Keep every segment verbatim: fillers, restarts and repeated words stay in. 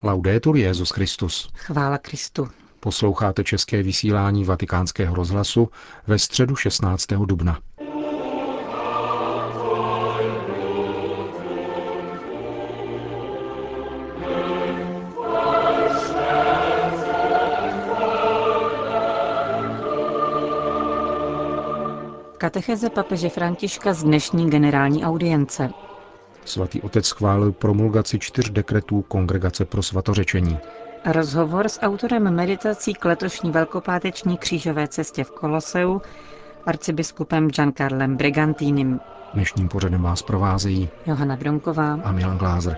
Laudetur Jesus Christus. Chvála Kristu. Posloucháte české vysílání Vatikánského rozhlasu ve středu šestnáctého dubna. Katecheze papeže Františka z dnešní generální audience. Svatý otec schválil promulgaci čtyř dekretů Kongregace pro svatořečení. Rozhovor s autorem meditací k letošní velkopáteční křížové cestě v Koloseu, arcibiskupem Giancarlem Brigantínim. Dnešním pořadem vás provázejí Johana Bronková a Milan Glázer.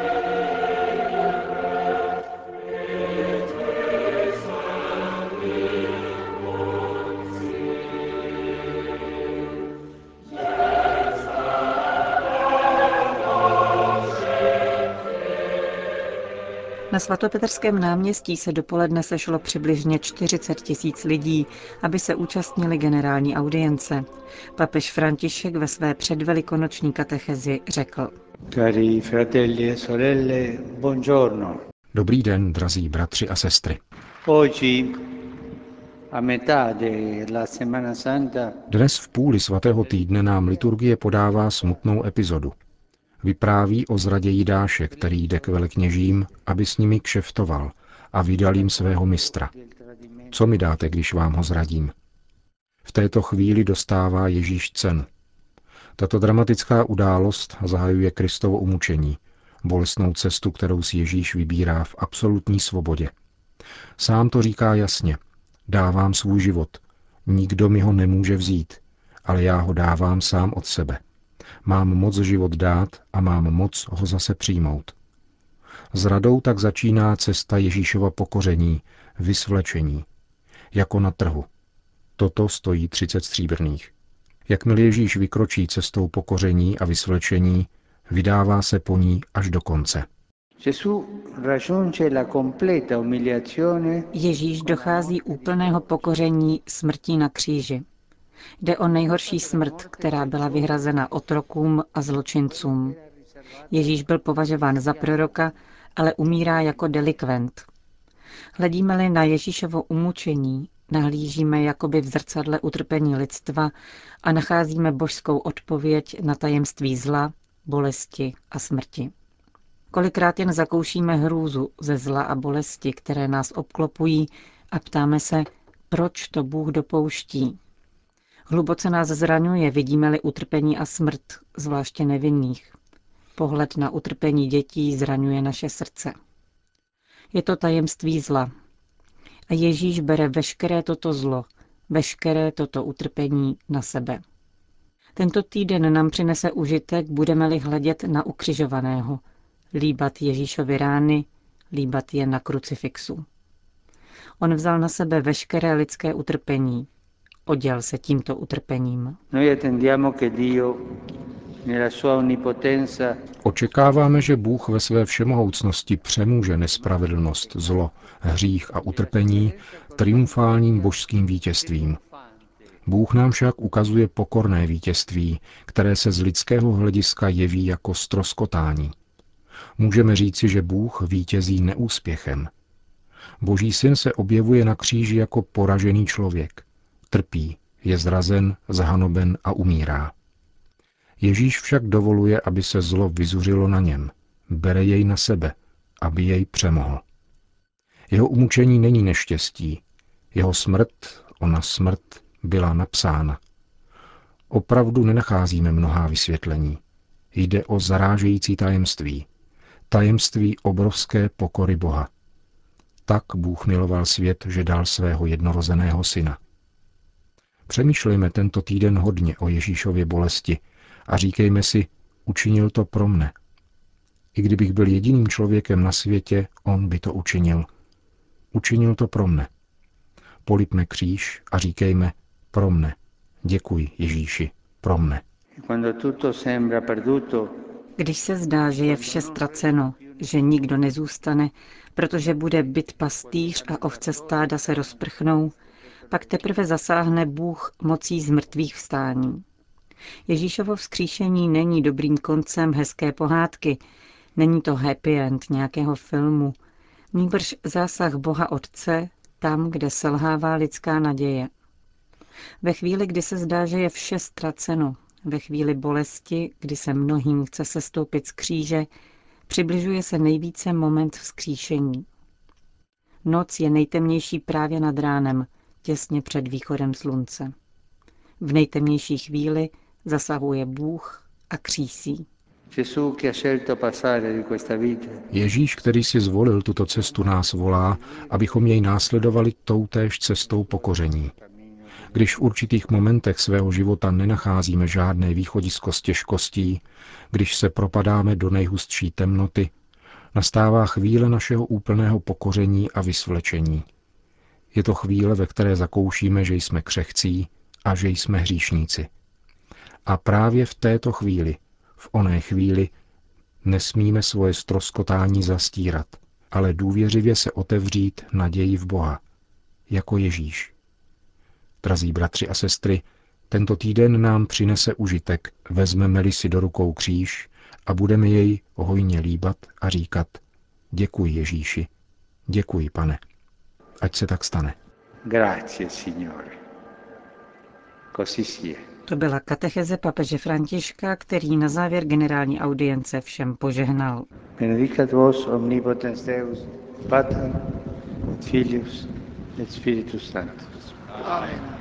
Na svatopetrském náměstí se dopoledne sešlo přibližně čtyřicet tisíc lidí, aby se účastnili generální audience. Papež František ve své předvelikonoční katechezi řekl: Cari fratelli e sorelle, buongiorno. Dobrý den, drazí bratři a sestry. Oggi, a metà della Settimana Santa, Dnes v půli svatého týdne nám liturgie podává smutnou epizodu. Vypráví o zradě Jidáše, který jde k velekněžím, aby s nimi kšeftoval a vydal jim svého mistra. Co mi dáte, když vám ho zradím? V této chvíli dostává Ježíš cenu. Tato dramatická událost zahajuje Kristovo umučení, bolestnou cestu, kterou si Ježíš vybírá v absolutní svobodě. Sám to říká jasně. Dávám svůj život. Nikdo mi ho nemůže vzít, ale já ho dávám sám od sebe. Mám moc život dát a mám moc ho zase přijmout. Zradou tak začíná cesta Ježíšova pokoření, vysvlečení. Jako na trhu. Toto stojí třicet stříbrných. Jakmile Ježíš vykročí cestou pokoření a vysvlečení, vydává se po ní až do konce. Ježíš dochází úplného pokoření smrtí na kříži. Jde o nejhorší smrt, která byla vyhrazena otrokům a zločincům. Ježíš byl považován za proroka, ale umírá jako delikvent. Hledíme-li na Ježíšovo umučení, nahlížíme jakoby v zrcadle utrpení lidstva a nacházíme božskou odpověď na tajemství zla, bolesti a smrti. Kolikrát jen zakoušíme hrůzu ze zla a bolesti, které nás obklopují, a ptáme se, proč to Bůh dopouští. Hluboce nás zraňuje, vidíme-li utrpení a smrt, zvláště nevinných. Pohled na utrpení dětí zraňuje naše srdce. Je to tajemství zla. A Ježíš bere veškeré toto zlo, veškeré toto utrpení na sebe. Tento týden nám přinese užitek, budeme-li hledět na ukřižovaného, líbat Ježíšovy rány, líbat je na krucifixu. On vzal na sebe veškeré lidské utrpení, oděl se tímto utrpením. Očekáváme, že Bůh ve své všemohoucnosti přemůže nespravedlnost, zlo, hřích a utrpení triumfálním božským vítězstvím. Bůh nám však ukazuje pokorné vítězství, které se z lidského hlediska jeví jako ztroskotání. Můžeme říci, že Bůh vítězí neúspěchem. Boží syn se objevuje na kříži jako poražený člověk. Trpí, je zrazen, zhanoben a umírá. Ježíš však dovoluje, aby se zlo vyzuřilo na něm. Bere jej na sebe, aby jej přemohl. Jeho umučení není neštěstí. Jeho smrt, ona smrt, byla napsána. Opravdu nenacházíme mnohá vysvětlení. Jde o zarážející tajemství. Tajemství obrovské pokory Boha. Tak Bůh miloval svět, že dal svého jednorozeného syna. Přemýšlejme tento týden hodně o Ježíšově bolesti a říkejme si, učinil to pro mne. I kdybych byl jediným člověkem na světě, on by to učinil. Učinil to pro mne. Polipme kříž a říkejme, pro mne. Děkuji, Ježíši, pro mne. Když se zdá, že je vše ztraceno, že nikdo nezůstane, protože bude byt pastýř a ovce stáda se rozprchnou, pak teprve zasáhne Bůh mocí z mrtvých vstání. Ježíšovo vzkříšení není dobrým koncem hezké pohádky, není to happy end nějakého filmu, nýbrž zásah Boha Otce tam, kde selhává lidská naděje. Ve chvíli, kdy se zdá, že je vše ztraceno, ve chvíli bolesti, kdy se mnohým chce sestoupit z kříže, přibližuje se nejvíce moment vzkříšení. Noc je nejtemnější právě nad ránem, těsně před východem slunce. V nejtemnější chvíli zasahuje Bůh a křísí. Ježíš, který si zvolil tuto cestu, nás volá, abychom jej následovali toutéž cestou pokoření. Když v určitých momentech svého života nenacházíme žádné východisko z těžkostí, když se propadáme do nejhustší temnoty, nastává chvíle našeho úplného pokoření a vysvlečení. Je to chvíle, ve které zakoušíme, že jsme křehcí a že jsme hříšníci. A právě v této chvíli, v oné chvíli, nesmíme svoje ztroskotání zastírat, ale důvěřivě se otevřít naději v Boha, jako Ježíš. Drazí bratři a sestry, tento týden nám přinese užitek, vezmeme-li si do rukou kříž a budeme jej hojně líbat a říkat: děkuji Ježíši, děkuji Pane. Ať se tak stane. Grazie, Signore. Così sia. To byla katecheze papeže Františka, který na závěr generální audience všem požehnal. Benedicat vos omnipotens Deus, Pater, et Filius, et Spiritus Sanctus. Amen.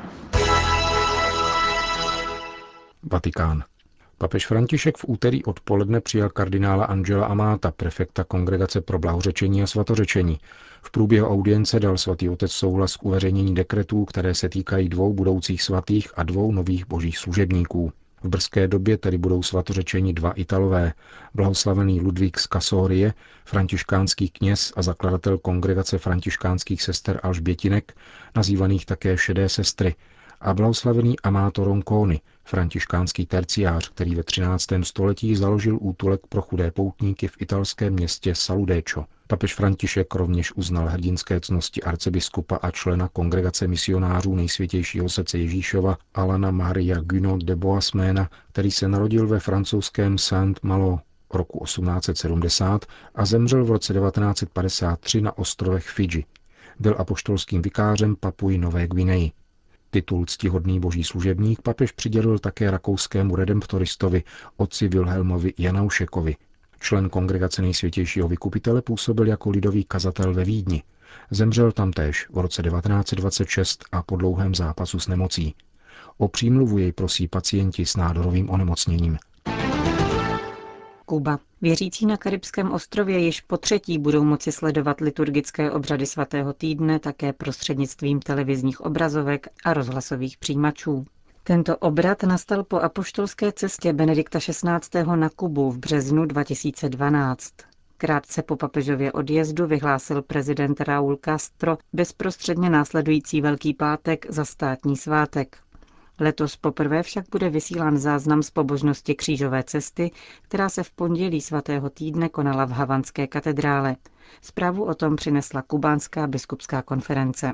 Vatikán. Papež František v úterý odpoledne přijal kardinála Angela Amata, prefekta Kongregace pro blahořečení a svatořečení. V průběhu audience dal svatý otec souhlas k uveřejnění dekretů, které se týkají dvou budoucích svatých a dvou nových božích služebníků. V brzké době tedy budou svatořečeni dva Italové, blahoslavený Ludvík z Kasorie, františkánský kněz a zakladatel Kongregace františkánských sester Alžbětinek, nazývaných také Šedé sestry, a blahoslavený Amato Ronconi, františkánský terciář, který ve třináctém století založil útulek pro chudé poutníky v italském městě Saludéčo. Papež František rovněž uznal hrdinské ctnosti arcibiskupa a člena Kongregace misionářů Nejsvětějšího srdce Ježíšova Alana Maria Guino de Boasména, který se narodil ve francouzském Saint-Malo roku osmnáct set sedmdesát a zemřel v roce devatenáct set padesát tři na ostrovech Fidži. Byl apoštolským vikářem Papuji Nové Guineji. Titul ctihodný boží služebník papež přidělil také rakouskému redemptoristovi otci Wilhelmovi Janaušekovi. Člen Kongregace Nejsvětějšího vykupitele působil jako lidový kazatel ve Vídni. Zemřel tamtéž v roce devatenáct set dvacet šest a po dlouhém zápasu s nemocí. O přímluvu jej prosí pacienti s nádorovým onemocněním. Kuba. Věřící na Karibském ostrově již po třetí budou moci sledovat liturgické obřady svatého týdne také prostřednictvím televizních obrazovek a rozhlasových přijímačů. Tento obrat nastal po apoštolské cestě Benedikta šestnáctého na Kubu v březnu dva tisíce dvanáct. Krátce po papežově odjezdu vyhlásil prezident Raúl Castro bezprostředně následující Velký pátek za státní svátek. Letos poprvé však bude vysílán záznam z pobožnosti křížové cesty, která se v pondělí svatého týdne konala v Havanské katedrále. Zprávu o tom přinesla kubánská biskupská konference.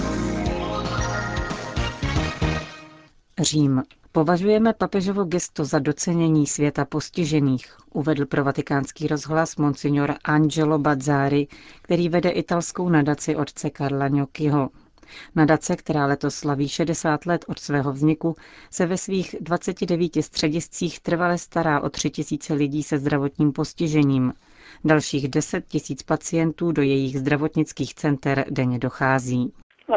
Řím. Považujeme papežovo gesto za docenění světa postižených, uvedl pro Vatikánský rozhlas monsignor Angelo Bazzari, který vede italskou nadaci otce Karla Gnocchiho. Nadace, která letos slaví šedesát let od svého vzniku, se ve svých dvaceti devíti střediscích trvale stará o tři tisíce lidí se zdravotním postižením. Dalších deset tisíc pacientů do jejich zdravotnických center denně dochází.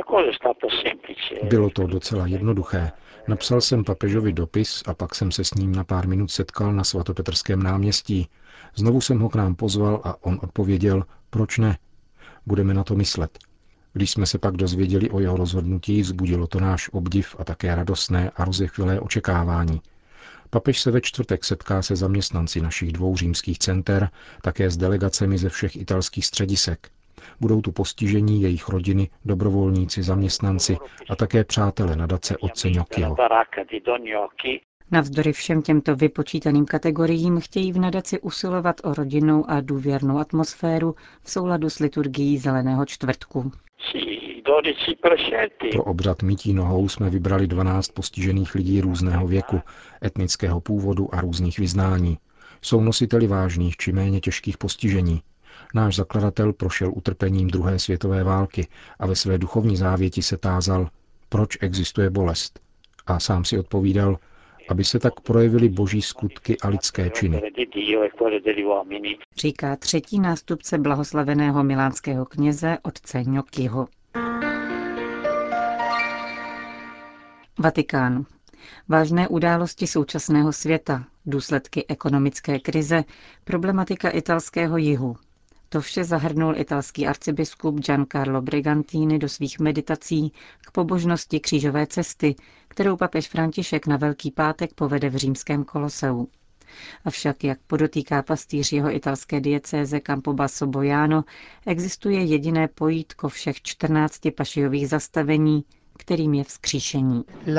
Bylo to docela jednoduché. Napsal jsem papežovi dopis a pak jsem se s ním na pár minut setkal na svatopetrském náměstí. Znovu jsem ho k nám pozval a on odpověděl, proč ne. Budeme na to myslet. Když jsme se pak dozvěděli o jeho rozhodnutí, vzbudilo to náš obdiv a také radostné a rozechvělé očekávání. Papež se ve čtvrtek setká se zaměstnanci našich dvou římských center, také s delegacemi ze všech italských středisek. Budou tu postižení, jejich rodiny, dobrovolníci, zaměstnanci a také přátelé nadace otce Gnocchiho. Navzdory všem těmto vypočítaným kategoriím chtějí v nadaci usilovat o rodinnou a důvěrnou atmosféru v souladu s liturgií Zeleného čtvrtku. Pro obřad mytí nohou jsme vybrali dvanáct postižených lidí různého věku, etnického původu a různých vyznání. Jsou nositeli vážných či méně těžkých postižení. Náš zakladatel prošel utrpením druhé světové války a ve své duchovní závěti se tázal, proč existuje bolest. A sám si odpovídal, aby se tak projevily boží skutky a lidské činy. Říká třetí nástupce blahoslaveného milánského kněze otce Gnocchiho. Vatikán. Vážné události současného světa, důsledky ekonomické krize, problematika italského jihu. To vše zahrnul italský arcibiskup Giancarlo Brigantini do svých meditací k pobožnosti křížové cesty, kterou papež František na Velký pátek povede v římském Koloseu. Avšak, jak podotýká pastýř jeho italské diecéze Campobasso Bojano, existuje jediné pojítko všech čtrnácti pašijových zastavení, kterým je vzkříšení.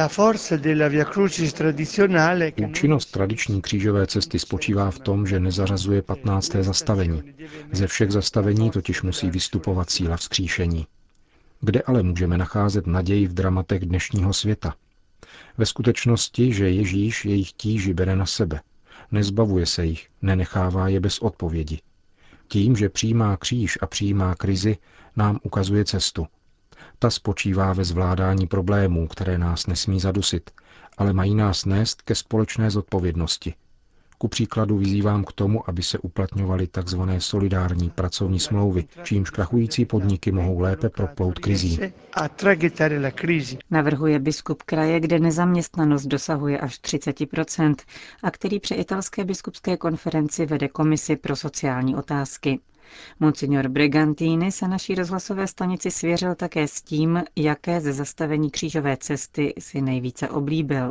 Účinnost tradiční křížové cesty spočívá v tom, že nezařazuje patnácté zastavení. Ze všech zastavení totiž musí vystupovat síla vzkříšení. Kde ale můžeme nacházet naději v dramatech dnešního světa? Ve skutečnosti, že Ježíš jejich tíži bere na sebe. Nezbavuje se jich, nenechává je bez odpovědi. Tím, že přijímá kříž a přijímá krizi, nám ukazuje cestu. Ta spočívá ve zvládání problémů, které nás nesmí zadusit, ale mají nás nést ke společné zodpovědnosti. Ku příkladu vyzývám k tomu, aby se uplatňovaly tzv. Solidární pracovní smlouvy, čímž krachující podniky mohou lépe proplout krizí. Navrhuje biskup kraje, kde nezaměstnanost dosahuje až třicet procent a který při italské biskupské konferenci vede komisi pro sociální otázky. Monsignor Brigantini se naší rozhlasové stanici svěřil také s tím, jaké ze zastavení křížové cesty si nejvíce oblíbil.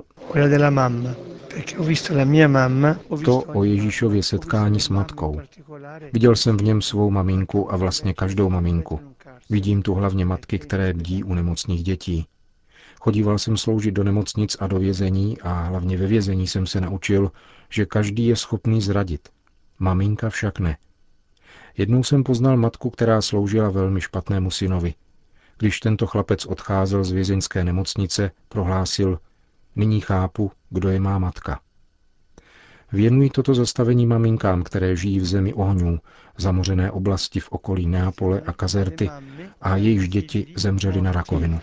To o Ježíšově setkání s matkou. Viděl jsem v něm svou maminku a vlastně každou maminku. Vidím tu hlavně matky, které bdí u nemocných dětí. Chodíval jsem sloužit do nemocnic a do vězení a hlavně ve vězení jsem se naučil, že každý je schopný zradit. Maminka však ne. Jednou jsem poznal matku, která sloužila velmi špatnému synovi. Když tento chlapec odcházel z vězeňské nemocnice, prohlásil: nyní chápu, kdo je má matka. Věnují toto zastavení maminkám, které žijí v zemi ohňů, zamořené oblasti v okolí Neapole a Caserty a jejichž děti zemřely na rakovinu.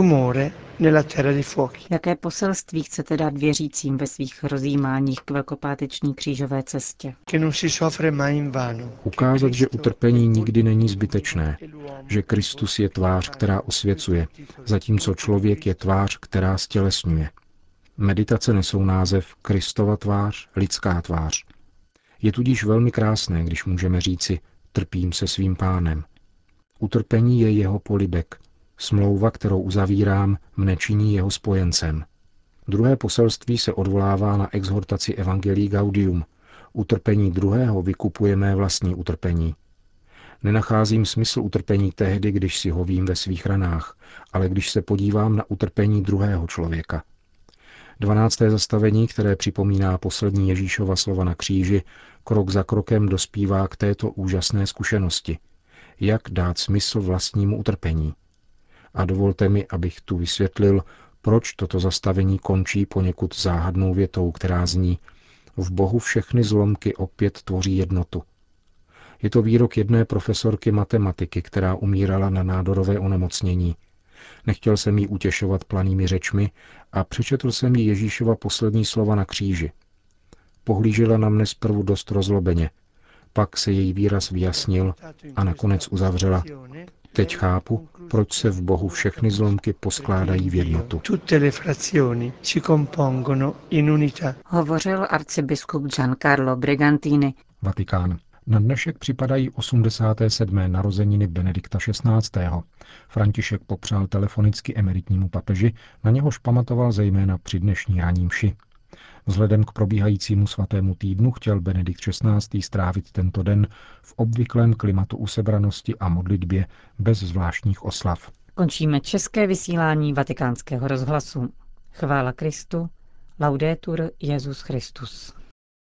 Jaké poselství chcete dát věřícím ve svých rozjímáních k velkopáteční křížové cestě? Ukázat, že utrpení nikdy není zbytečné, že Kristus je tvář, která osvěcuje, zatímco člověk je tvář, která stělesňuje. Meditace nesou název Kristova tvář, lidská tvář. Je tudíž velmi krásné, když můžeme říci: trpím se svým Pánem. Utrpení je jeho polibek. Smlouva, kterou uzavírám, mne činí jeho spojencem. Druhé poselství se odvolává na exhortaci Evangelii Gaudium. Utrpení druhého vykupuje mé vlastní utrpení. Nenacházím smysl utrpení tehdy, když si ho vím ve svých ranách, ale když se podívám na utrpení druhého člověka. Dvanácté zastavení, které připomíná poslední Ježíšova slova na kříži, krok za krokem dospívá k této úžasné zkušenosti. Jak dát smysl vlastnímu utrpení? A dovolte mi, abych tu vysvětlil, proč toto zastavení končí poněkud záhadnou větou, která zní: v Bohu všechny zlomky opět tvoří jednotu. Je to výrok jedné profesorky matematiky, která umírala na nádorové onemocnění. Nechtěl jsem jí utěšovat planými řečmi a přečetl jsem jí Ježíšova poslední slova na kříži. Pohlížela na mne zprvu dost rozlobeně, pak se její výraz vyjasnil a nakonec uzavřela: teď chápu, proč se v Bohu všechny zlomky poskládají v jednotu. Hovořil arcibiskup Giancarlo Brigantini. Vatikán. Na dnešek připadají osmdesáté sedmé narozeniny Benedikta šestnáctého. František popřál telefonicky emeritnímu papeži, na něhož pamatoval zejména při dnešní ranní mši. Vzhledem k probíhajícímu svatému týdnu chtěl Benedikt šestnáctý strávit tento den v obvyklém klimatu usebranosti a modlitbě bez zvláštních oslav. Končíme české vysílání Vatikánského rozhlasu. Chvála Kristu, laudetur Jesus Christus.